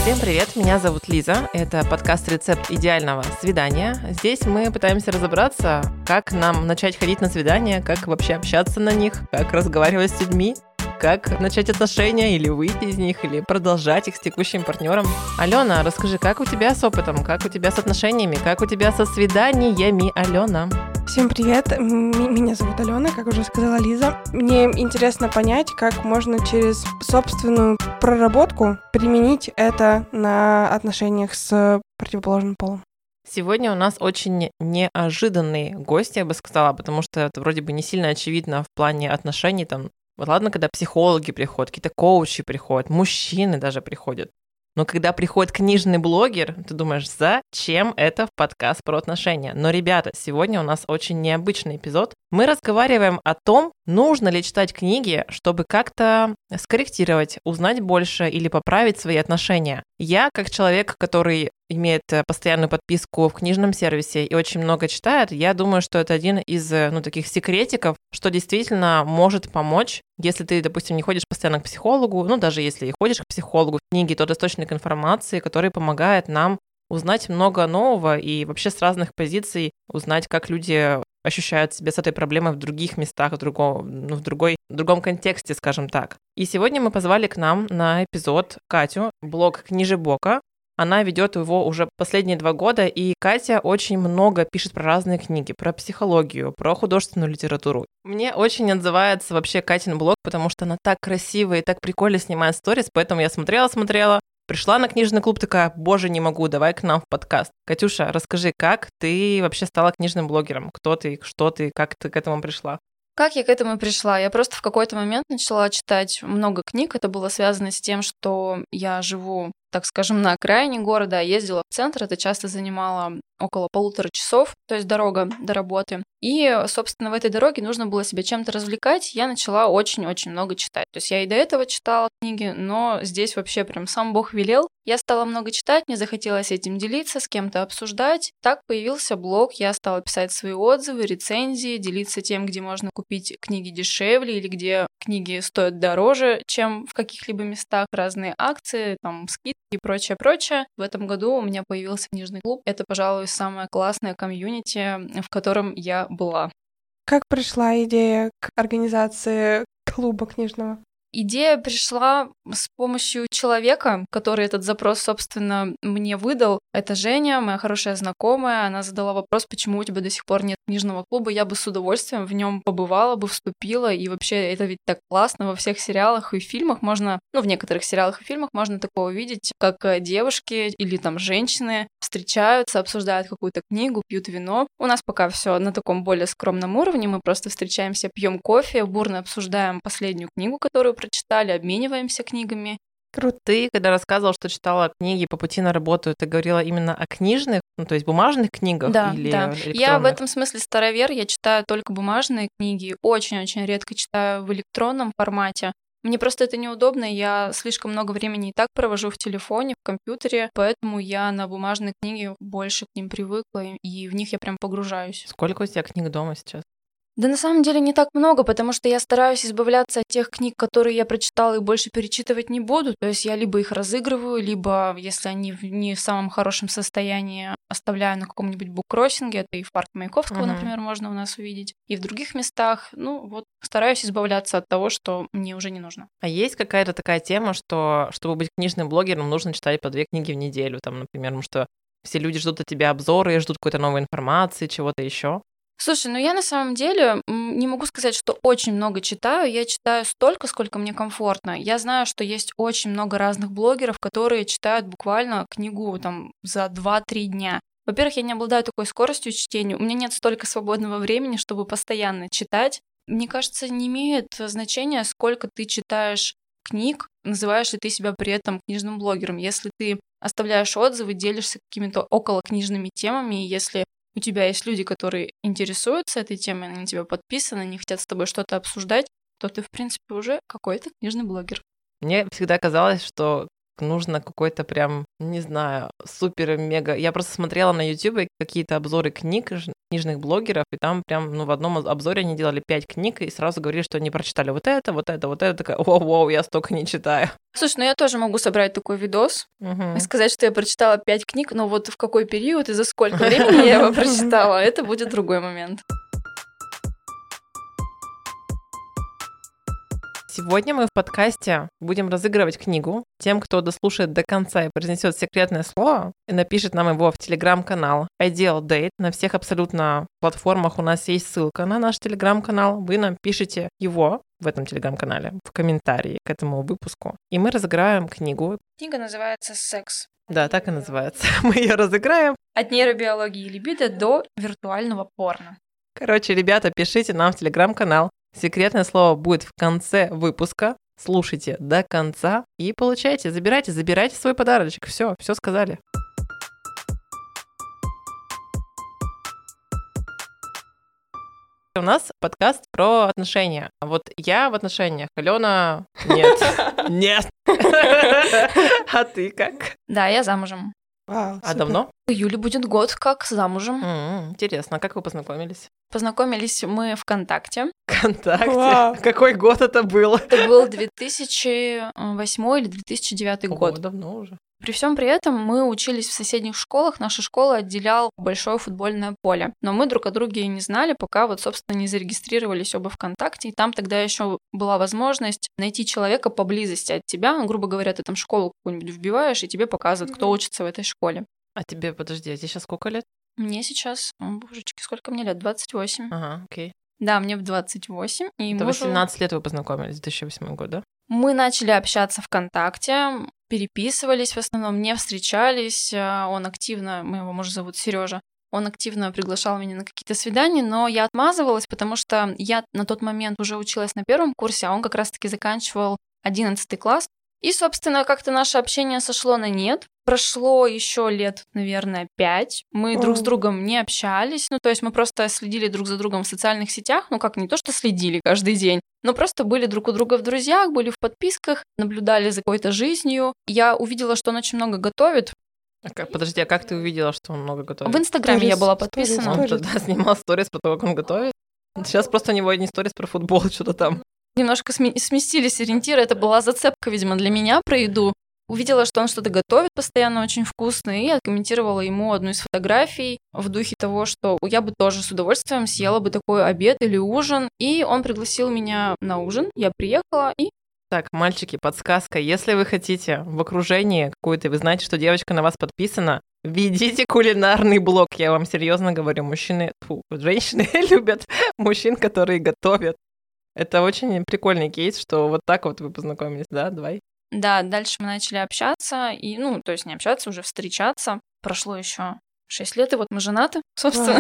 Всем привет, меня зовут Лиза, это подкаст «Рецепт идеального свидания». Здесь мы пытаемся разобраться, как нам начать ходить на свидания, как вообще общаться на них, как разговаривать с людьми, как начать отношения или выйти из них, или продолжать их с текущим партнером. Алена, расскажи, как у тебя с опытом, как у тебя с отношениями, как у тебя со свиданиями, Алена? Всем привет, меня зовут Алена, как уже сказала Лиза. Мне интересно понять, как можно через собственную проработку применить это на отношениях с противоположным полом. Сегодня у нас очень неожиданный гость, я бы сказала, потому что это вроде бы не сильно очевидно в плане отношений. Там, вот ладно, когда психологи приходят, какие-то коучи приходят, мужчины даже приходят. Но когда приходит книжный блогер, ты думаешь, зачем это в подкаст про отношения? Но, ребята, сегодня у нас очень необычный эпизод. Мы разговариваем о том, нужно ли читать книги, чтобы как-то скорректировать, узнать больше или поправить свои отношения. Я, как человек, который имеет постоянную подписку в книжном сервисе и очень много читает, я думаю, что это один из таких секретиков, что действительно может помочь, если ты, допустим, не ходишь постоянно к психологу, даже если и ходишь к психологу, книги тот источник информации, который помогает нам узнать много нового и вообще с разных позиций узнать, как люди ощущают себя с этой проблемой в других местах, в другом контексте, скажем так. И сегодня мы позвали к нам на эпизод Катю, блог Книжебока. Она ведет его уже последние 2 года, и Катя очень много пишет про разные книги, про психологию, про художественную литературу. Мне очень отзывается вообще Катин блог, потому что она так красиво и так прикольно снимает сторис, поэтому я смотрела, пришла на книжный клуб, такая, боже, не могу, давай к нам в подкаст. Катюша, расскажи, как ты вообще стала книжным блогером? Кто ты, что ты, как ты к этому пришла? Как я к этому пришла? Я просто в какой-то момент начала читать много книг. Это было связано с тем, что я живу, так скажем, на окраине города, а ездила в центр. Это часто занимало около 1,5 часов, то есть дорога до работы. И, собственно, в этой дороге нужно было себя чем-то развлекать. Я начала очень-очень много читать. То есть я и до этого читала книги, но здесь вообще прям сам Бог велел. Я стала много читать, мне захотелось этим делиться, с кем-то обсуждать. Так появился блог, я стала писать свои отзывы, рецензии, делиться тем, где можно купить книги дешевле или где книги стоят дороже, чем в каких-либо местах, разные акции, там, скидки и прочее. В этом году у меня появился книжный клуб. Это, пожалуй, самое классное комьюнити, в котором я была. Как пришла идея к организации клуба книжного? Идея пришла с помощью человека, который этот запрос, собственно, мне выдал. Это Женя, моя хорошая знакомая. Она задала вопрос, почему у тебя до сих пор нет книжного клуба. Я бы с удовольствием в нем побывала бы, вступила. И вообще это ведь так классно. Во всех сериалах и фильмах можно, в некоторых сериалах и фильмах можно такое увидеть, как девушки или там женщины встречаются, обсуждают какую-то книгу, пьют вино. У нас пока все на таком более скромном уровне. Мы просто встречаемся, пьем кофе, бурно обсуждаем последнюю книгу, которую прочитали, обмениваемся книгами. Круто. Ты, когда рассказывала, что читала книги по пути на работу, ты говорила именно о книжных, то есть бумажных книгах или электронных? Я в этом смысле старовер, я читаю только бумажные книги, очень-очень редко читаю в электронном формате. Мне просто это неудобно, я слишком много времени и так провожу в телефоне, в компьютере, поэтому я на бумажные книги больше к ним привыкла, и в них я прям погружаюсь. Сколько у тебя книг дома сейчас? Да на самом деле не так много, потому что я стараюсь избавляться от тех книг, которые я прочитала и больше перечитывать не буду. То есть я либо их разыгрываю, либо, если они не в самом хорошем состоянии, оставляю на каком-нибудь буккроссинге. Это и в парке Маяковского, например, можно у нас увидеть. И в других местах. Стараюсь избавляться от того, что мне уже не нужно. А есть какая-то такая тема, что, чтобы быть книжным блогером, нужно читать по 2 книги в неделю, там, например, потому что все люди ждут от тебя обзоры, ждут какой-то новой информации, чего-то еще? Слушай, я на самом деле не могу сказать, что очень много читаю. Я читаю столько, сколько мне комфортно. Я знаю, что есть очень много разных блогеров, которые читают буквально книгу за 2-3 дня. Во-первых, я не обладаю такой скоростью чтения. У меня нет столько свободного времени, чтобы постоянно читать. Мне кажется, не имеет значения, сколько ты читаешь книг, называешь ли ты себя при этом книжным блогером. Если ты оставляешь отзывы, делишься какими-то околокнижными темами, и если у тебя есть люди, которые интересуются этой темой, они на тебя подписаны, они хотят с тобой что-то обсуждать, то ты, в принципе, уже какой-то книжный блогер. Мне всегда казалось, что нужно какой-то прям, не знаю, супер-мега... Я просто смотрела на YouTube какие-то обзоры книг книжных блогеров, и там прям, в одном обзоре они делали 5 книг и сразу говорили, что они прочитали вот это, вот это, вот это. Такая, воу, я столько не читаю. Слушай, я тоже могу собрать такой видос и сказать, что я прочитала 5 книг, но вот в какой период и за сколько времени я его прочитала, это будет другой момент. Сегодня мы в подкасте будем разыгрывать книгу. Тем, кто дослушает до конца и произнесет секретное слово, и напишет нам его в телеграм-канал Ideal Date. На всех абсолютно платформах у нас есть ссылка на наш телеграм-канал. Вы нам пишете его в этом телеграм-канале в комментарии к этому выпуску. И мы разыграем книгу. Книга называется «Секс». Да, так и называется. Мы ее разыграем. От нейробиологии и либидо до виртуального порно. Короче, ребята, пишите нам в телеграм-канал. Секретное слово будет в конце выпуска. Слушайте до конца и получайте, забирайте свой подарочек. Все сказали. У нас подкаст про отношения. Вот я в отношениях, Алена нет. Нет. А ты как? Да, я замужем. Вау, А давно? В июле будет год как замужем. Интересно, а как вы познакомились? Познакомились мы ВКонтакте. ВКонтакте? Вау. Какой год это был? Это был 2008 или 2009 год. Давно уже. При всем при этом мы учились в соседних школах. Наша школа отделял большое футбольное поле. Но мы друг о друге и не знали, пока собственно, не зарегистрировались оба ВКонтакте. И там тогда еще была возможность найти человека поблизости от тебя. Грубо говоря, ты там школу какую-нибудь вбиваешь, и тебе показывают, кто учится в этой школе. А тебе, подожди, а тебе сейчас сколько лет? Мне сейчас, божечки, сколько мне лет? 28. Ага, окей. Да, мне 28. И Это мужу... 18 лет вы познакомились, 2008 год, да? Мы начали общаться ВКонтакте, переписывались в основном, не встречались. Он активно, моего мужа зовут Сережа, он активно приглашал меня на какие-то свидания, но я отмазывалась, потому что я на тот момент уже училась на первом курсе, а он как раз-таки заканчивал 11 класс. И, собственно, как-то наше общение сошло на нет. Прошло еще лет, наверное, 5. Мы друг с другом не общались. То есть мы просто следили друг за другом в социальных сетях. Как не то, что следили каждый день, но просто были друг у друга в друзьях, были в подписках, наблюдали за какой-то жизнью. Я увидела, что он очень много готовит. Подожди, а как ты увидела, что он много готовит? В Инстаграме я была подписана. Он тогда снимал сторис про то, как он готовит. Сейчас просто у него не сторис про футбол, что-то там. Немножко сместились ориентиры. Это была зацепка, видимо, для меня про еду. Увидела, что он что-то готовит постоянно очень вкусно, и откомментировала ему одну из фотографий в духе того, что я бы тоже с удовольствием съела бы такой обед или ужин. И он пригласил меня на ужин. Я приехала и... Так, мальчики, подсказка. Если вы хотите в окружении какой-то, вы знаете, что девочка на вас подписана, ведите кулинарный блог. Я вам серьезно говорю, женщины любят мужчин, которые готовят. Это очень прикольный кейс, что вот так вот вы познакомились, да, давай? Да, дальше мы начали общаться, и, то есть не общаться, уже встречаться. Прошло еще 6 лет, и вот мы женаты, собственно.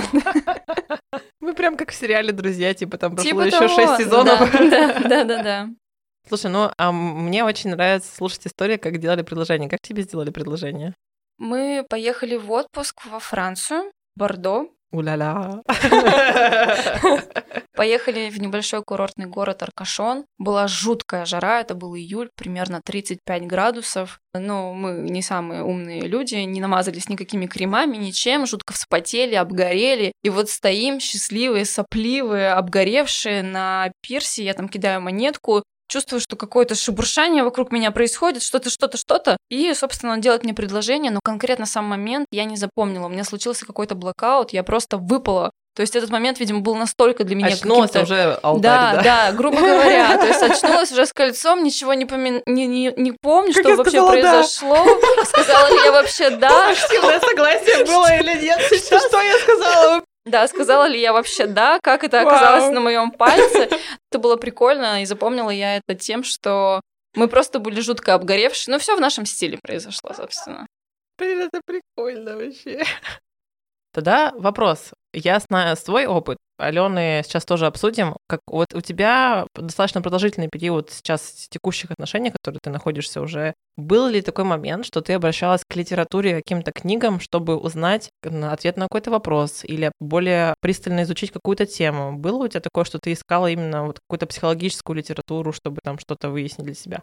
Мы прям как в сериале «Друзья», типа там прошло Типа еще 6 сезонов. Да. Слушай, а мне очень нравится слушать истории, как делали предложение. Как тебе сделали предложение? Мы поехали в отпуск во Францию, Бордо. У-ля-ля. Поехали в небольшой курортный город Аркашон. Была жуткая жара, это был июль, примерно 35 градусов. Но мы не самые умные люди, не намазались никакими кремами, ничем, жутко вспотели, обгорели. И вот стоим счастливые, сопливые, обгоревшие на пирсе, я там кидаю монетку, чувствую, что какое-то шебуршание вокруг меня происходит, что-то. И, собственно, он делает мне предложение, но конкретно сам момент я не запомнила. У меня случился какой-то блэкаут, я просто выпала. То есть этот момент, видимо, был настолько для меня очнулась каким-то... уже алтарь, Да, грубо говоря. То есть очнулась уже с кольцом, ничего не помню, как что вообще произошло. Сказала ли я вообще да? Активное согласие было или нет? Что я сказала? Да, сказала ли я вообще да, как это оказалось на моем пальце. Это было прикольно, и запомнила я это тем, что мы просто были жутко обгоревшие. Но все в нашем стиле произошло, собственно. Блин, это прикольно вообще. Тогда вопрос. Я знаю свой опыт. Алены сейчас тоже обсудим. Как вот у тебя достаточно продолжительный период сейчас текущих отношений, в которых ты находишься уже. Был ли такой момент, что ты обращалась к литературе, к каким-то книгам, чтобы узнать ответ на какой-то вопрос или более пристально изучить какую-то тему? Было у тебя такое, что ты искала именно вот какую-то психологическую литературу, чтобы там что-то выяснить для себя?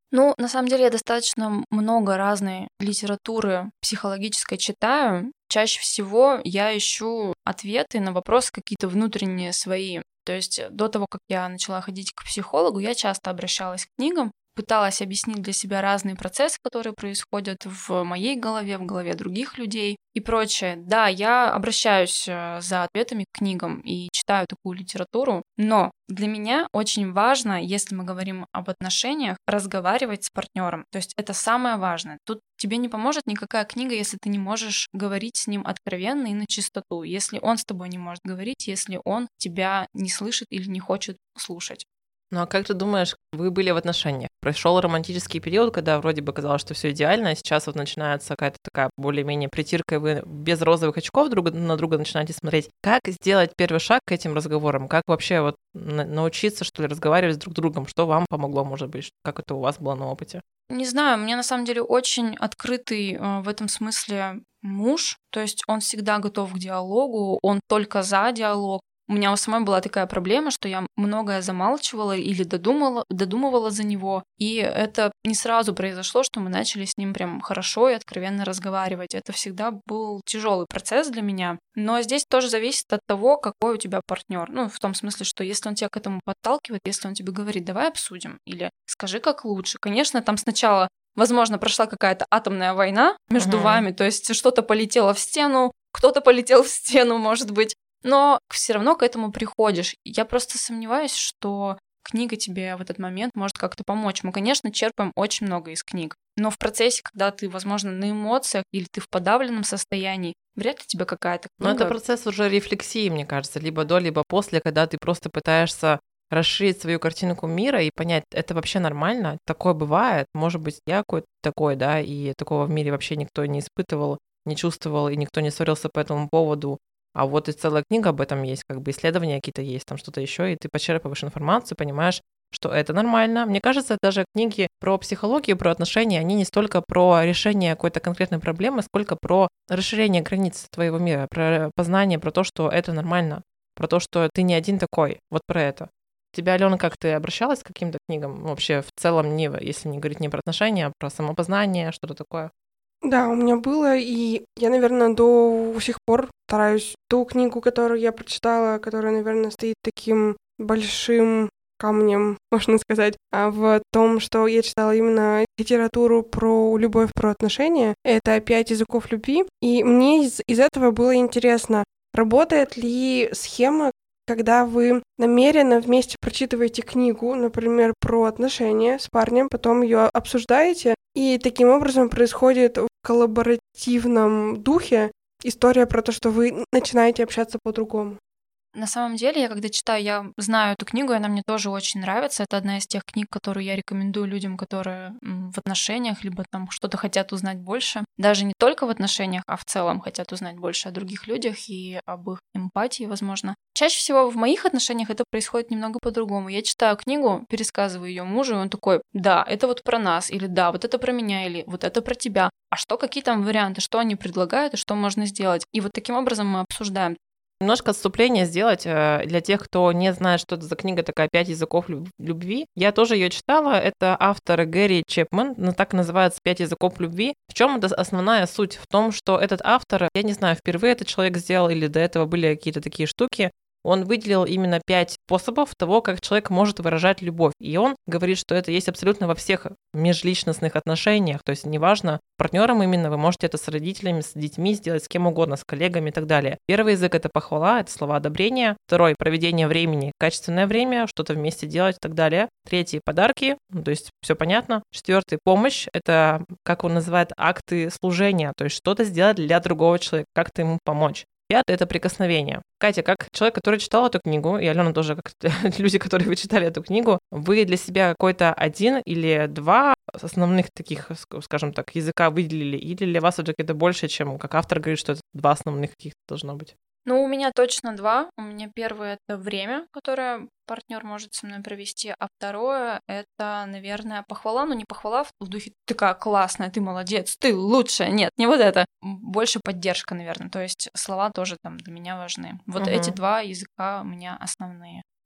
Ну, на самом деле я достаточно много разной литературы психологической читаю. Чаще всего я ищу ответы на вопросы какие-то внутренние свои. То есть до того, как я начала ходить к психологу, я часто обращалась к книгам, пыталась объяснить для себя разные процессы, которые происходят в моей голове, в голове других людей и прочее. Да, я обращаюсь за ответами к книгам и читаю такую литературу, но для меня очень важно, если мы говорим об отношениях, разговаривать с партнером. То есть это самое важное. Тут тебе не поможет никакая книга, если ты не можешь говорить с ним откровенно и на чистоту, если он с тобой не может говорить, если он тебя не слышит или не хочет слушать. Ну а как ты думаешь, вы были в отношениях? Прошел романтический период, когда вроде бы казалось, что все идеально, а сейчас вот начинается какая-то такая более-менее притирка, и вы без розовых очков друг на друга начинаете смотреть. Как сделать первый шаг к этим разговорам? Как вообще вот научиться, что ли, разговаривать с друг другом? Что вам помогло, может быть? Как это у вас было на опыте? Не знаю, мне на самом деле очень открытый в этом смысле муж, то есть он всегда готов к диалогу, он только за диалог. У меня у самой была такая проблема, что я многое замалчивала или додумывала за него, и это не сразу произошло, что мы начали с ним прям хорошо и откровенно разговаривать. Это всегда был тяжелый процесс для меня. Но здесь тоже зависит от того, какой у тебя партнер. Ну, в том смысле, что если он тебя к этому подталкивает, если он тебе говорит, давай обсудим, или скажи, как лучше. Конечно, там сначала, возможно, прошла какая-то атомная война между вами, то есть что-то полетело в стену, кто-то полетел в стену, может быть. Но все равно к этому приходишь. Я просто сомневаюсь, что книга тебе в этот момент может как-то помочь. Мы, конечно, черпаем очень много из книг, но в процессе, когда ты, возможно, на эмоциях или ты в подавленном состоянии, вряд ли тебе какая-то книга... Но это процесс уже рефлексии, мне кажется, либо до, либо после, когда ты просто пытаешься расширить свою картинку мира и понять, это вообще нормально, такое бывает, может быть, я какой-то такой, да, и такого в мире вообще никто не испытывал, не чувствовал, и никто не ссорился по этому поводу. А вот и целая книга об этом есть, как бы исследования какие-то есть, там что-то еще, и ты почерпываешь информацию, понимаешь, что это нормально. Мне кажется, даже книги про психологию, про отношения, они не столько про решение какой-то конкретной проблемы, сколько про расширение границ твоего мира, про познание, про то, что это нормально, про то, что ты не один такой, вот про это. Тебя, Алена, как ты обращалась к каким-то книгам? Вообще, в целом, не, если не говорить не про отношения, а про самопознание, что-то такое? Да, у меня было, и я, наверное, до сих пор стараюсь ту книгу, которую я прочитала, которая, наверное, стоит таким большим камнем, можно сказать, в том, что я читала именно литературу про любовь, про отношения. Это «5 языков любви». И мне из этого было интересно, работает ли схема, когда вы намеренно вместе прочитываете книгу, например, про отношения с парнем, потом ее обсуждаете, и таким образом происходит в коллаборативном духе история про то, что вы начинаете общаться по-другому. На самом деле, я когда читаю, я знаю эту книгу, и она мне тоже очень нравится. Это одна из тех книг, которую я рекомендую людям, которые в отношениях, либо там что-то хотят узнать больше. Даже не только в отношениях, а в целом хотят узнать больше о других людях и об их эмпатии, возможно. Чаще всего в моих отношениях это происходит немного по-другому. Я читаю книгу, пересказываю ее мужу, и он такой, да, это вот про нас, или да, вот это про меня, или вот это про тебя. А что, какие там варианты, что они предлагают и что можно сделать? И вот таким образом мы обсуждаем. Немножко отступление сделать для тех, кто не знает, что это за книга такая «5 языков любви». Я тоже ее читала. Это автор Гэри Чепмен, так и называется «5 языков любви». В чем это основная суть? В том, что этот автор, я не знаю, впервые этот человек сделал или до этого были какие-то такие штуки, он выделил именно 5 способов того, как человек может выражать любовь. И он говорит, что это есть абсолютно во всех межличностных отношениях. То есть неважно, партнером именно, вы можете это с родителями, с детьми сделать, с кем угодно, с коллегами и так далее. Первый язык — это похвала, это слова одобрения. Второй — проведение времени, качественное время, что-то вместе делать и так далее. Третий — подарки, то есть все понятно. Четвертый — помощь, это, как он называет, акты служения, то есть что-то сделать для другого человека, как-то ему помочь. Пятое — это прикосновение. Катя, как человек, который читал эту книгу, и Алена тоже, как люди, которые вы читали эту книгу, вы для себя какой-то один или два основных таких, скажем так, языка выделили, или для вас все-таки это больше, чем, как автор говорит, что это два основных каких-то должно быть? Ну, у меня точно два. У меня первое — это время, которое партнер может со мной провести, а второе — это, наверное, похвала, но не похвала в духе «ты такая классная, ты молодец, ты лучшая». Нет, не вот это. Больше поддержка, наверное. То есть слова тоже там для меня важны. Вот эти два языка у меня основные.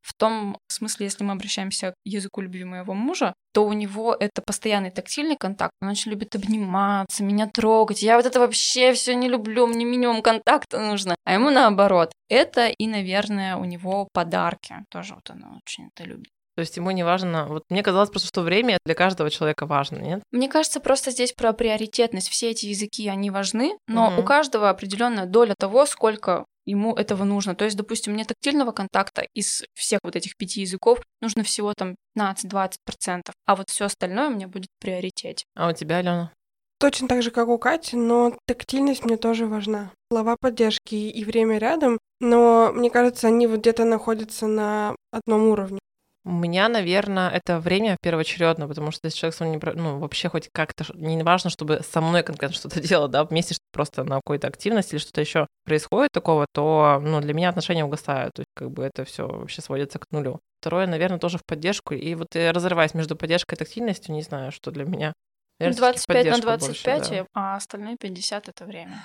В том смысле, если мы обращаемся к языку любви моего мужа, то у него это постоянный тактильный контакт. Он очень любит обниматься, меня трогать. Я вот это вообще все не люблю, мне минимум контакта нужно. А ему наоборот. Это и, наверное, у него подарки. Тоже вот он очень это любит. То есть ему не важно... Вот мне казалось просто, что время для каждого человека важно, нет? Мне кажется, просто здесь про приоритетность. Все эти языки, они важны, но у каждого определенная доля того, сколько ему этого нужно. То есть, допустим, мне тактильного контакта из всех вот этих 5 языков нужно всего там 15-20%, а вот все остальное у меня будет в приоритете. А у тебя, Алена? Точно так же, как у Кати, но тактильность мне тоже важна. Слова поддержки и время рядом, но мне кажется, они вот где-то находятся на одном уровне. У меня, наверное, это время первоочередно, потому что если человек со мной вообще хоть как-то, не важно, чтобы со мной конкретно что-то делал, да, вместе просто на какой-то активности или что-то еще происходит такого, то, для меня отношения угасают, то есть как бы это все вообще сводится к нулю. Второе, наверное, тоже в поддержку, и вот я разрываюсь между поддержкой и тактильностью, не знаю, что для меня. Наверное, 25 на 25, больше, да. А остальные 50 — это время.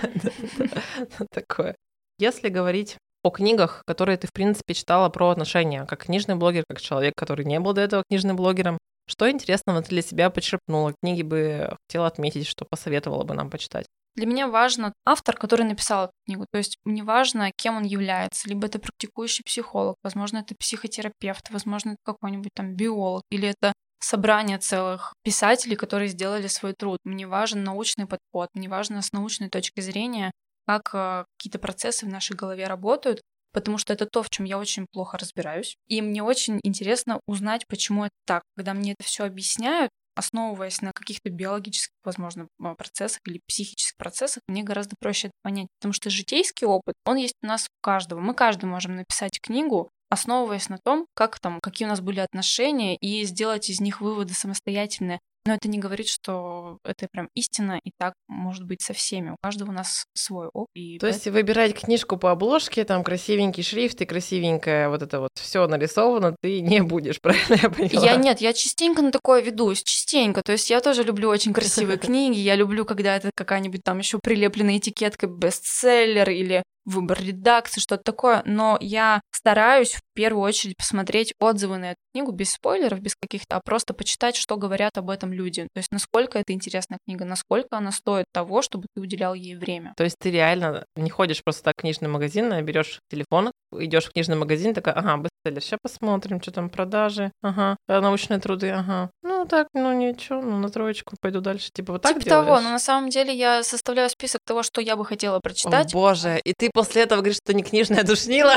Такое. Если говорить о книгах, которые ты, в принципе, читала про отношения, как книжный блогер, как человек, который не был до этого книжным блогером, что интересного ты для себя почерпнула? Книги бы хотела отметить, что посоветовала бы нам почитать? Для меня важно автор, который написал эту книгу. То есть мне важно, кем он является. Либо это практикующий психолог, возможно, это психотерапевт, возможно, это какой-нибудь там биолог, или это собрание целых писателей, которые сделали свой труд. Мне важен научный подход, мне важно с научной точки зрения, как какие-то процессы в нашей голове работают, потому что это то, в чем я очень плохо разбираюсь. И мне очень интересно узнать, почему это так. Когда мне это все объясняют, основываясь на каких-то биологических, возможно, процессах или психических процессах, мне гораздо проще это понять, потому что житейский опыт, он есть у нас у каждого. Мы каждый можем написать книгу, основываясь на том, какие у нас были отношения, и сделать из них выводы самостоятельные. Но это не говорит, что это прям истина, и так может быть со всеми. У каждого у нас свой опыт. То есть выбирать книжку по обложке, там красивенький шрифт и красивенькое вот это вот все нарисовано, ты не будешь, правильно я поняла? Я частенько на такое ведусь, частенько. То есть я тоже люблю очень красивые книги, я люблю, когда это какая-нибудь там еще прилеплена этикетка бестселлер или выбор редакции, что-то такое, но я стараюсь в первую очередь посмотреть отзывы на эту книгу без спойлеров, без каких-то, а просто почитать, что говорят об этом люди. То есть насколько это интересная книга, насколько она стоит того, чтобы ты уделял ей время. То есть ты реально не ходишь просто так в книжный магазин, а берешь телефон, идешь в книжный магазин, такая, бестселлер, сейчас посмотрим, что там продажи, научные труды, ничего, на троечку пойду дальше, типа вот так делаешь? Того, но на самом деле я составляю список того, что я бы хотела прочитать. О, боже, и ты после этого говоришь, что не книжная душнила?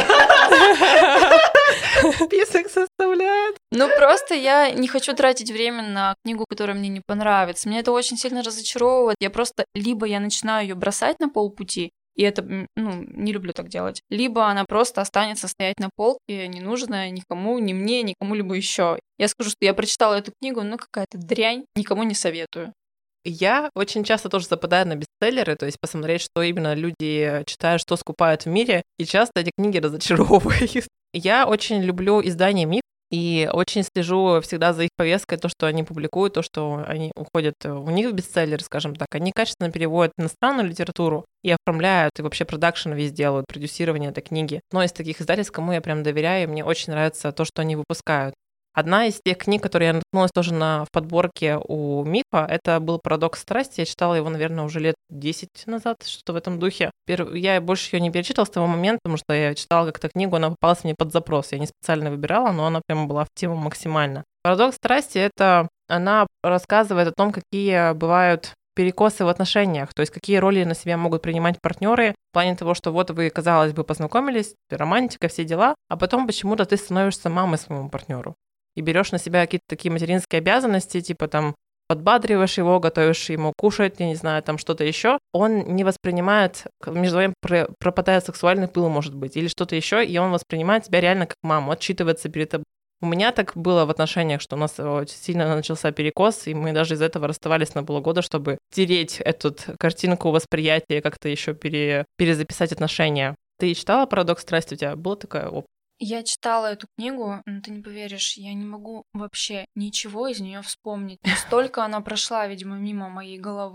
Список составляет. Просто я не хочу тратить время на книгу, которая мне не понравится. Меня это очень сильно разочаровывает. Либо я начинаю ее бросать на полпути, и это, не люблю так делать. Либо она просто останется стоять на полке, ненужная никому, ни мне, ни кому-либо еще. Я скажу, что я прочитала эту книгу, какая-то дрянь, никому не советую. Я очень часто тоже западаю на бестселлеры, то есть посмотреть, что именно люди читают, что скупают в мире, и часто эти книги разочаровывают. Я очень люблю издание «Миф», и очень слежу всегда за их повесткой, то, что они публикуют, то, что они уходят у них в бестселлеры, скажем так. Они качественно переводят иностранную литературу и оформляют, и вообще продакшн весь делают, продюсирование этой книги. Но из таких издательств, кому я прям доверяю, мне очень нравится то, что они выпускают. Одна из тех книг, которые я наткнулась тоже в подборке у Мифа, это был «Парадокс страсти». Я читала его, наверное, уже лет 10 назад, что-то в этом духе. Я больше ее не перечитала с того момента, потому что я читала как-то книгу, она попалась мне под запрос. Я не специально выбирала, но она прямо была в тему максимально. «Парадокс страсти» она рассказывает о том, какие бывают перекосы в отношениях, то есть какие роли на себя могут принимать партнеры в плане того, что вот вы, казалось бы, познакомились, романтика, все дела, а потом почему-то ты становишься мамой своему партнеру и берешь на себя какие-то такие материнские обязанности, типа там подбадриваешь его, готовишь ему кушать, я не знаю, там что-то еще, он не воспринимает, между вами пропадает сексуальный пыл, может быть, или что-то еще, и он воспринимает тебя реально как маму, отчитывается перед тобой. У меня так было в отношениях, что у нас очень сильно начался перекос, и мы даже из этого расставались на полгода, чтобы тереть эту картинку восприятия, как-то еще перезаписать отношения. Ты читала «Парадокс страсти»? У тебя была такая опция? Я читала эту книгу, но ты не поверишь, я не могу вообще ничего из нее вспомнить. Настолько она прошла, видимо, мимо моей головы.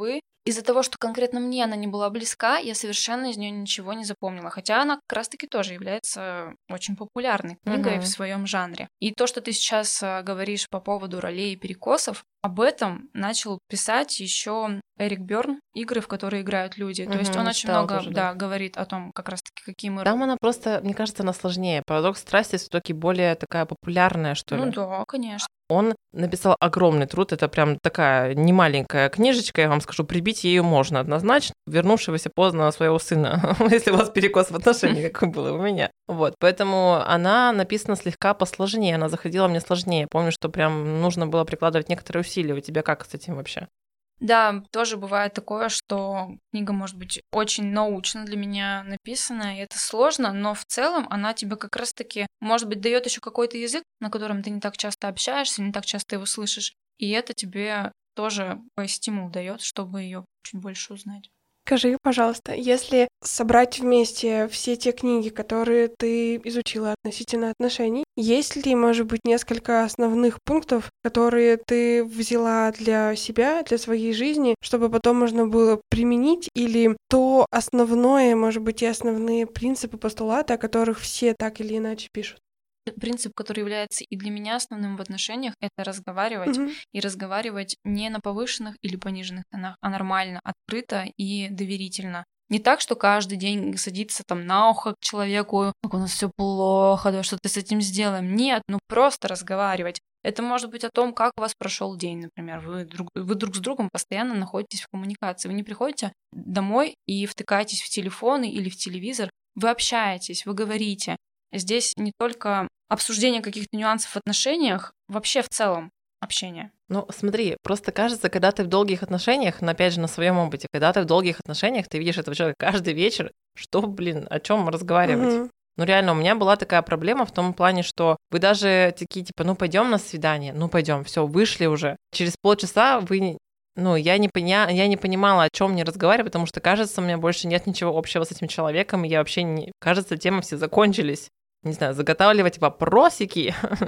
из-за того, что конкретно мне она не была близка, я совершенно из нее ничего не запомнила. Хотя она как раз-таки тоже является очень популярной книгой в своем жанре. И то, что ты сейчас говоришь по поводу ролей и перекосов, об этом начал писать еще Эрик Бёрн, игры, в которые играют люди. То есть он очень много говорит о том, как раз-таки какие мы... Там она просто, мне кажется, она сложнее. «Парадокс страсти» все-таки более такая популярная, что ли. Ну да, конечно. Он написал огромный труд, это прям такая немаленькая книжечка, я вам скажу, прибить ее можно однозначно, вернувшегося поздно своего сына, если у вас перекос в отношениях, как было у меня. Вот, поэтому она написана слегка посложнее, она заходила мне сложнее. Помню, что прям нужно было прикладывать некоторые усилия. У тебя как с этим вообще? Да, тоже бывает такое, что книга может быть очень научно для меня написана, и это сложно, но в целом она тебе как раз-таки, может быть, дает еще какой-то язык, на котором ты не так часто общаешься, не так часто его слышишь, и это тебе тоже стимул дает, чтобы ее чуть больше узнать. Скажи, пожалуйста, если собрать вместе все те книги, которые ты изучила относительно отношений, есть ли, может быть, несколько основных пунктов, которые ты взяла для себя, для своей жизни, чтобы потом можно было применить, или то основное, может быть, и основные принципы, постулаты, о которых все так или иначе пишут? Принцип, который является и для меня основным в отношениях, это разговаривать. И разговаривать не на повышенных или пониженных тонах, а нормально, открыто и доверительно. Не так, что каждый день садиться там на ухо к человеку, как у нас все плохо, да что ты с этим сделаем. Нет, просто разговаривать. Это может быть о том, как у вас прошел день, например. Вы друг с другом постоянно находитесь в коммуникации. Вы не приходите домой и втыкаетесь в телефоны или в телевизор. Вы общаетесь, вы говорите. Здесь не только обсуждение каких-то нюансов в отношениях, вообще в целом общение. Ну, смотри, просто кажется, когда ты в долгих отношениях, опять же, на своем опыте, когда ты в долгих отношениях, ты видишь этого человека каждый вечер, что, о чем разговаривать. Ну, реально, у меня была такая проблема в том плане, что вы даже такие, типа, пойдем на свидание, пойдем, все, вышли уже. Через полчаса вы... я не понимала, о чем мне разговаривать, потому что, кажется, у меня больше нет ничего общего с этим человеком, и я вообще не... Кажется, темы все закончились. Не знаю, заготавливать вопросики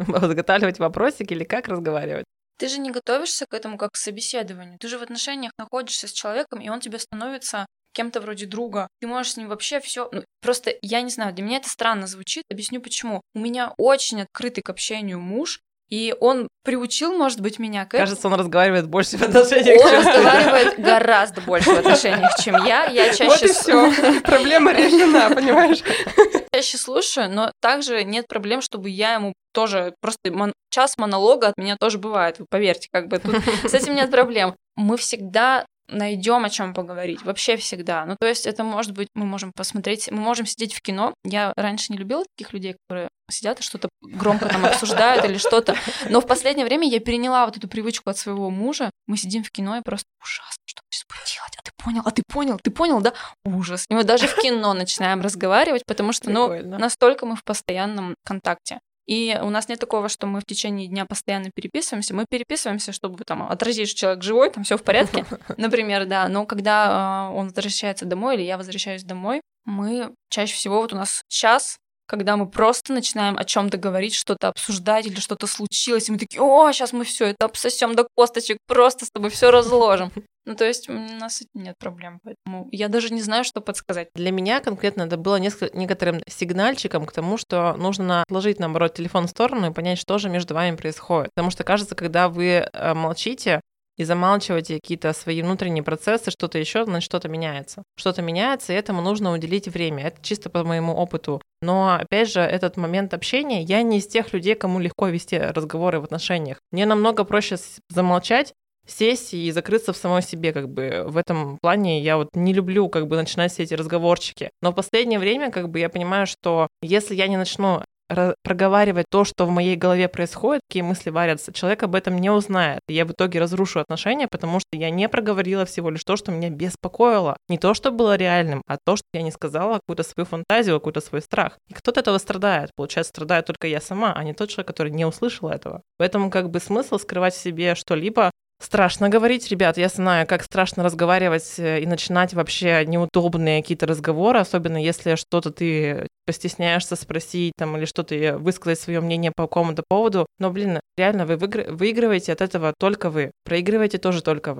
или как разговаривать. Ты же не готовишься к этому как к собеседованию. Ты же в отношениях находишься с человеком, и он тебе становится кем-то вроде друга. Ты можешь с ним вообще все. Просто, я не знаю, для меня это странно звучит. Объясню почему. У меня очень открытый к общению муж, и он приучил, может быть, меня к этому. Кажется, он разговаривает больше в отношениях. Он разговаривает гораздо больше в отношениях, чем я. Я чаще... Вот и всё. Проблема решена, понимаешь? Чаще слушаю, но также нет проблем, чтобы я ему тоже... Просто час монолога от меня тоже бывает, вы поверьте, тут с этим нет проблем. Мы всегда найдем о чем поговорить, вообще всегда. То есть это может быть, мы можем посмотреть, мы можем сидеть в кино. Я раньше не любила таких людей, которые сидят и что-то громко там обсуждают или что-то. Но в последнее время я переняла вот эту привычку от своего мужа. Мы сидим в кино и просто ужасно, что мы сейчас будем делать? Ты понял, да? Ужас. И мы даже в кино начинаем разговаривать, потому что, настолько мы в постоянном контакте. И у нас нет такого, что мы в течение дня постоянно переписываемся. Мы переписываемся, чтобы отразить, что человек живой, там все в порядке, например, да. Но когда он возвращается домой или я возвращаюсь домой, мы чаще всего у нас час, когда мы просто начинаем о чем-то говорить, что-то обсуждать или что-то случилось, и мы такие: о, сейчас мы все это обсосем до косточек, просто с тобой все разложим. То есть у нас с этим нет проблем, поэтому я даже не знаю, что подсказать. Для меня конкретно это было некоторым сигнальчиком к тому, что нужно отложить, наоборот, телефон в сторону и понять, что же между вами происходит. Потому что, кажется, когда вы молчите и замалчиваете какие-то свои внутренние процессы, что-то еще, значит, что-то меняется. Что-то меняется, и этому нужно уделить время. Это чисто по моему опыту. Но, опять же, этот момент общения, я не из тех людей, кому легко вести разговоры в отношениях. Мне намного проще замолчать, сесть и закрыться в самой себе, в этом плане я не люблю, начинать все эти разговорчики. Но в последнее время, я понимаю, что если я не начну проговаривать то, что в моей голове происходит, какие мысли варятся, человек об этом не узнает. Я в итоге разрушу отношения, потому что я не проговорила всего лишь то, что меня беспокоило. Не то, что было реальным, а то, что я не сказала какую-то свою фантазию, какой-то свой страх. И кто-то этого страдает. Получается, страдаю только я сама, а не тот человек, который не услышал этого. Поэтому смысл скрывать в себе что-либо. Страшно говорить, ребят, я знаю, как страшно разговаривать и начинать вообще неудобные какие-то разговоры, особенно если что-то ты постесняешься спросить или что-то высказать свое мнение по какому-то поводу. Но, реально, вы выигрываете от этого только вы, проигрываете тоже только вы.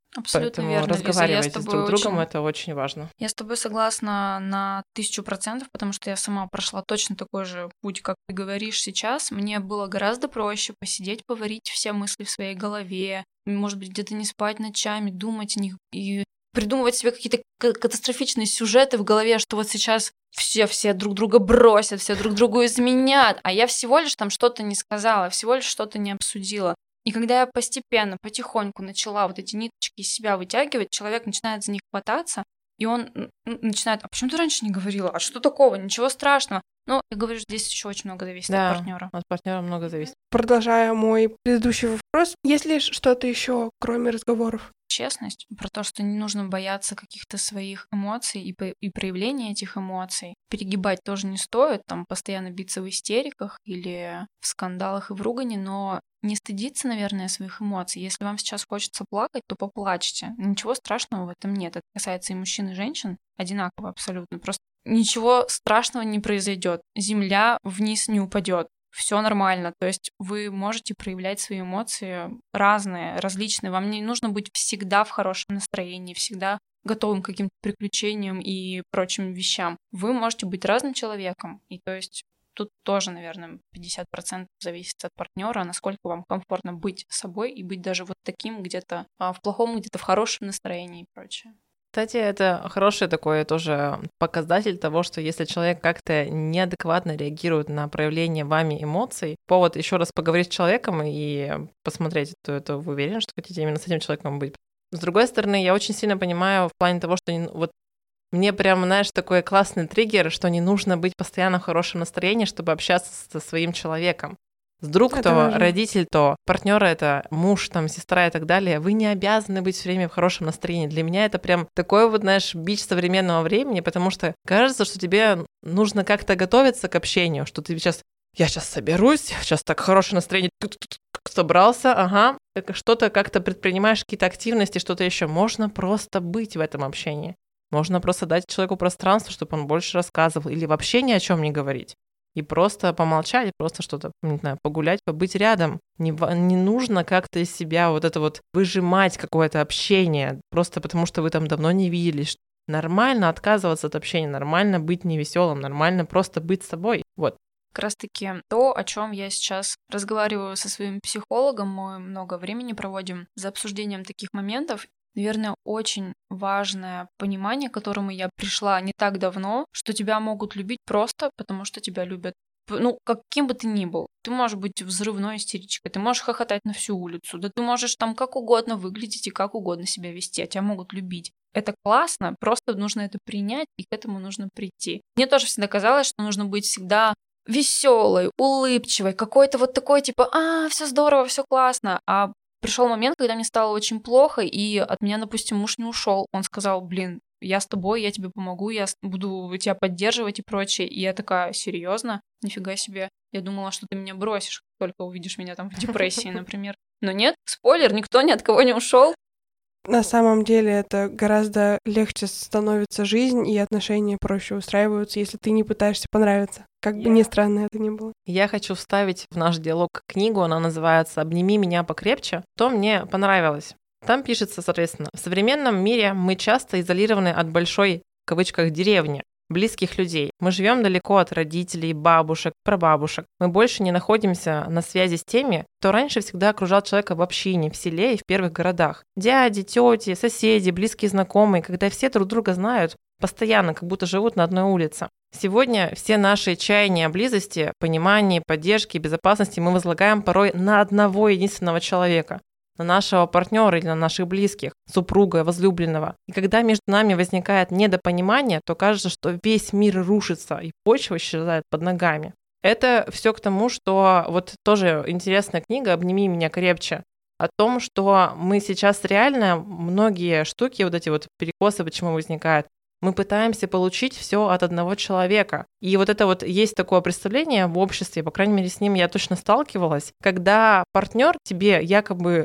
Абсолютно Поэтому верно, Лиза. разговаривайте с друг другом, это очень важно. Я с тобой согласна на 1000%, потому что я сама прошла точно такой же путь, как ты говоришь сейчас. Мне было гораздо проще посидеть, поварить все мысли в своей голове, может быть, где-то не спать ночами, думать о них и придумывать себе какие-то катастрофичные сюжеты в голове, что вот сейчас все друг друга бросят, все друг другу изменят, а я всего лишь там что-то не сказала, всего лишь что-то не обсудила. И когда я постепенно, потихоньку начала вот эти ниточки из себя вытягивать, человек начинает за них хвататься, и он начинает: а почему ты раньше не говорила? А что такого? Ничего страшного. Ну, я говорю, здесь еще очень много зависит от партнера. От партнера много зависит. Продолжая мой предыдущий вопрос, есть ли что-то еще, кроме разговоров? Честность, про то, что не нужно бояться каких-то своих эмоций и проявления этих эмоций. Перегибать тоже не стоит, там постоянно биться в истериках или в скандалах и в ругани, но не стыдиться, наверное, своих эмоций. Если вам сейчас хочется плакать, то поплачьте. Ничего страшного в этом нет. Это касается и мужчин, и женщин одинаково абсолютно. Просто ничего страшного не произойдет. Земля вниз не упадет. Все нормально, то есть вы можете проявлять свои эмоции разные, различные. Вам не нужно быть всегда в хорошем настроении, всегда готовым к каким-то приключениям и прочим вещам. Вы можете быть разным человеком, и то есть тут тоже, наверное, 50% зависит от партнера, насколько вам комфортно быть собой и быть даже вот таким где-то в плохом, где-то в хорошем настроении и прочее. Кстати, это хороший такой тоже показатель того, что если человек как-то неадекватно реагирует на проявление вами эмоций, повод еще раз поговорить с человеком и посмотреть, то вы уверены, что хотите именно с этим человеком быть. С другой стороны, я очень сильно понимаю в плане того, что вот мне прям, знаешь, такой классный триггер, что не нужно быть постоянно в хорошем настроении, чтобы общаться со своим человеком. Друг это то, важно. родитель то, партнер это, муж, там, сестра и так далее. Вы не обязаны быть все время в хорошем настроении. Для меня это прям такой вот, знаешь, бич современного времени, потому что кажется, что тебе нужно как-то готовиться к общению, что ты я сейчас соберусь, сейчас так хорошее настроение, собрался, ага, что-то как-то предпринимаешь, какие-то активности, что-то еще. Можно просто быть в этом общении. Можно просто дать человеку пространство, чтобы он больше рассказывал, или вообще ни о чем не говорить. И просто помолчать, просто что-то, не знаю, погулять, побыть рядом. Не нужно как-то из себя вот это вот выжимать какое-то общение, просто потому что вы там давно не виделись. Нормально отказываться от общения, нормально быть невеселым, нормально просто быть собой. Вот. Как раз-таки то, о чем я сейчас разговариваю со своим психологом, мы много времени проводим за обсуждением таких моментов. Наверное, очень важное понимание, к которому я пришла не так давно, что тебя могут любить просто потому, что тебя любят. Ну, каким бы ты ни был. Ты можешь быть взрывной истеричкой, ты можешь хохотать на всю улицу, да ты можешь там как угодно выглядеть и как угодно себя вести, а тебя могут любить. Это классно, просто нужно это принять, и к этому нужно прийти. Мне тоже всегда казалось, что нужно быть всегда веселой, улыбчивой, какой-то вот такой типа: все здорово, все классно. А пришел момент, когда мне стало очень плохо, и от меня, допустим, муж не ушел. Он сказал: блин, я с тобой, я тебе помогу, я буду тебя поддерживать и прочее. И я такая: серьезно? Нифига себе. Я думала, что ты меня бросишь, только увидишь меня там в депрессии, например. Но нет, спойлер, никто ни от кого не ушел. На самом деле это гораздо легче становится жизнь, и отношения проще устраиваются, если ты не пытаешься понравиться. Как бы ни странно это ни было. Я хочу вставить в наш диалог книгу, она называется «Обними меня покрепче». То мне понравилось. Там пишется, соответственно: в современном мире мы часто изолированы от большой, в кавычках, деревни, близких людей. Мы живем далеко от родителей, бабушек, прабабушек. Мы больше не находимся на связи с теми, кто раньше всегда окружал человека в общине, в селе и в первых городах. Дяди, тети, соседи, близкие знакомые, когда все друг друга знают постоянно, как будто живут на одной улице. Сегодня все наши чаяния о близости, понимании, поддержке и безопасности мы возлагаем порой на одного единственного человека, на нашего партнера или на наших близких, супруга, возлюбленного. И когда между нами возникает недопонимание, то кажется, что весь мир рушится и почва исчезает под ногами. Это все к тому, что вот тоже интересная книга «Обними меня крепче», о том, что мы сейчас реально многие штуки, вот эти вот перекосы, почему возникают, мы пытаемся получить все от одного человека. И вот это вот есть такое представление в обществе, по крайней мере, с ним я точно сталкивалась, когда партнер тебе якобы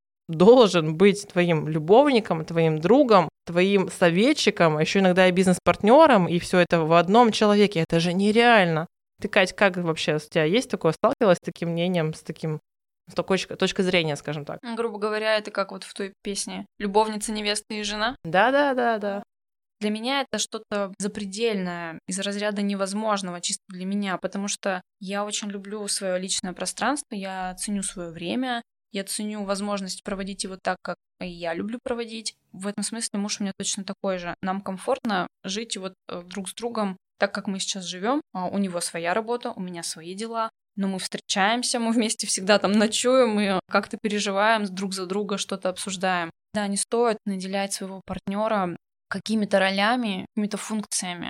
должен быть твоим любовником, твоим другом, твоим советчиком, а еще иногда и бизнес-партнером, и все это в одном человеке. Это же нереально. Ты, Кать, как вообще у тебя есть такое? Сталкивалась с таким мнением, с таким с такой точки зрения, скажем так. Грубо говоря, это как вот в той песне «Любовница, невеста и жена». Да. Для меня это что-то запредельное, из разряда невозможного чисто для меня, потому что я очень люблю свое личное пространство, я ценю свое время, я ценю возможность проводить его так, как я люблю проводить. В этом смысле муж у меня точно такой же. Нам комфортно жить вот друг с другом так, как мы сейчас живем. У него своя работа, у меня свои дела. Но мы встречаемся, мы вместе всегда там ночуем, мы как-то переживаем друг за друга, что-то обсуждаем. Да, не стоит наделять своего партнера какими-то ролями, какими-то функциями.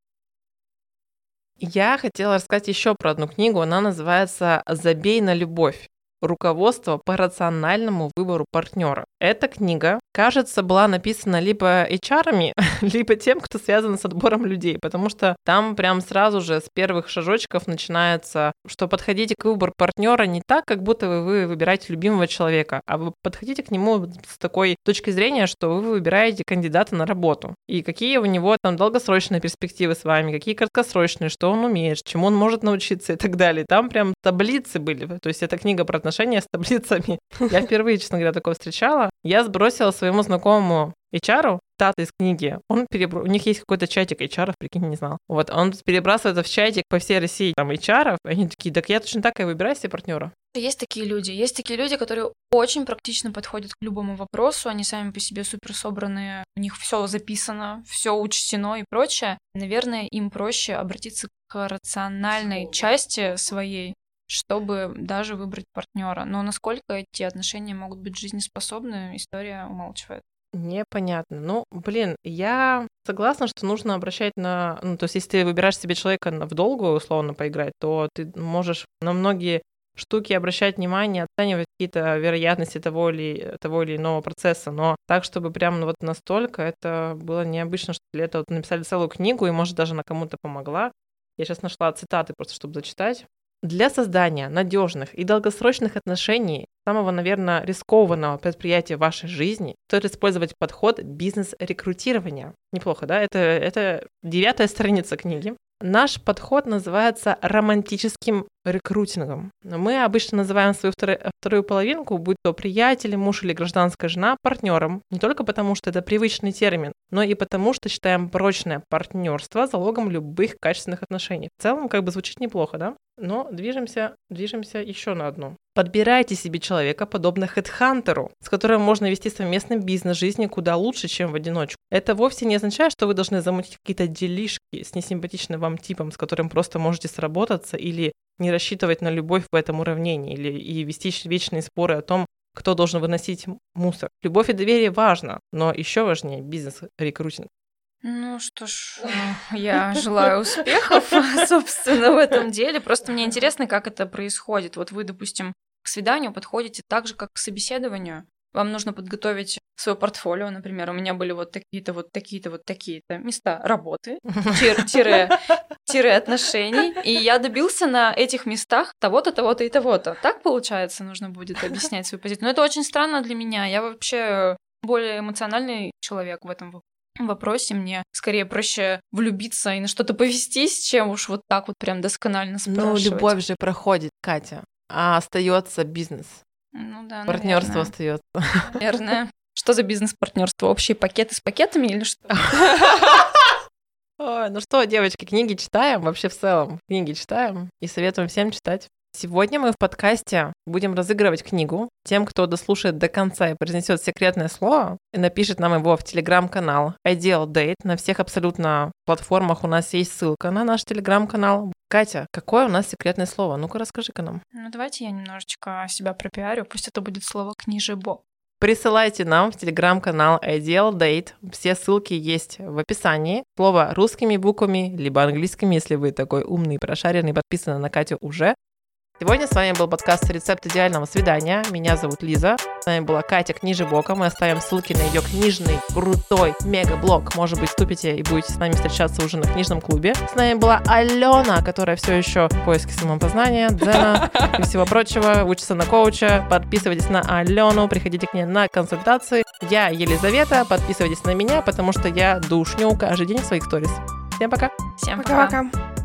Я хотела рассказать еще про одну книгу. Она называется «Забей на любовь. Руководство по рациональному выбору партнера». Эта книга, кажется, была написана либо HR-ами, либо тем, кто связан с отбором людей, потому что там прям сразу же с первых шажочков начинается, что подходите к выбору партнера не так, как будто вы выбираете любимого человека, а вы подходите к нему с такой точки зрения, что вы выбираете кандидата на работу. И какие у него там долгосрочные перспективы с вами, какие краткосрочные, что он умеет, чему он может научиться и так далее. Там прям таблицы были. То есть это книга про отношения с таблицами. Я впервые, честно говоря, такое встречала. Я сбросила своему знакомому HR цитаты из книги. У них есть какой-то чатик HR, прикинь, не знал. Вот, он перебрасывает это в чатик по всей России, там, HR, и они такие, так я точно так и выбираю себе партнера. Есть такие люди, которые очень практично подходят к любому вопросу, они сами по себе супер собранные, у них все записано, все учтено и прочее. Наверное, им проще обратиться к рациональной части своей, чтобы даже выбрать партнера. Но насколько эти отношения могут быть жизнеспособны, история умалчивает. Непонятно. Ну, блин, я согласна, что нужно обращать на... Ну, то есть, если ты выбираешь себе человека в долгую, условно, поиграть, то ты можешь на многие штуки обращать внимание, оценивать какие-то вероятности того или иного процесса. Но так, чтобы прям вот настолько, это было необычно, что для этого написали целую книгу, и, может, даже она кому-то помогла. Я сейчас нашла цитаты просто, чтобы зачитать. Для создания надежных и долгосрочных отношений, самого, наверное, рискованного предприятия в вашей жизни, стоит использовать подход бизнес-рекрутирования. Неплохо, да? Это 9-я страница книги. Наш подход называется романтическим рекрутингом. Мы обычно называем свою вторую половинку, будь то приятель, муж или гражданская жена, партнером. Не только потому, что это привычный термин, но и потому, что считаем прочное партнерство залогом любых качественных отношений. В целом, как бы звучит неплохо, да? Но движемся еще на одну. Подбирайте себе человека, подобно хедхантеру, с которым можно вести совместный бизнес жизни куда лучше, чем в одиночку. Это вовсе не означает, что вы должны замутить какие-то делишки с несимпатичным вам типом, с которым просто можете сработаться, или не рассчитывать на любовь в этом уравнении, и вести вечные споры о том, кто должен выносить мусор. Любовь и доверие важно, но еще важнее бизнес-рекрутинг. Ну что ж, я желаю успехов, собственно, в этом деле. Просто мне интересно, как это происходит. Вот вы, допустим, к свиданию подходите так же, как к собеседованию. Вам нужно подготовить свое портфолио, например. У меня были вот такие-то места работы, тире отношений. И я добился на этих местах того-то, того-то и того-то. Так, получается, нужно будет объяснять свою позицию. Но это очень странно для меня. Я вообще более эмоциональный человек в этом вопросе. Мне скорее проще влюбиться и на что-то повестись, чем уж вот так вот прям досконально спрашивать. Ну, любовь же проходит, Катя, а остается бизнес. Ну да, партнерство остается. Наверное. Что за бизнес-партнерство? Общие пакеты с пакетами или что? Ой, ну что, девочки, книги читаем, вообще в целом книги читаем и советуем всем читать. Сегодня мы в подкасте будем разыгрывать книгу. Тем, кто дослушает до конца и произнесет секретное слово, и напишет нам его в телеграм-канал Ideal Date. На всех абсолютно платформах у нас есть ссылка на наш телеграм-канал. Катя, какое у нас секретное слово? Ну-ка, расскажи-ка нам. Ну, давайте я немножечко себя пропиарю. Пусть это будет слово «книжебо». Присылайте нам в телеграм-канал Ideal Date. Все ссылки есть в описании. Слово русскими буквами, либо английскими, если вы такой умный, прошаренный, подписаны на Катю уже. Сегодня с вами был подкаст «Рецепт идеального свидания». Меня зовут Лиза. С вами была Катя Книжебока. Мы оставим ссылки на ее книжный, крутой мегаблог. Может быть, вступите и будете с нами встречаться уже на книжном клубе. С нами была Алена, которая все еще в поиске самопознания, дзена и всего прочего. Учится на коуча. Подписывайтесь на Алену, приходите к ней на консультации. Я Елизавета. Подписывайтесь на меня, потому что я душню каждый день в своих сторис. Всем пока. Всем пока.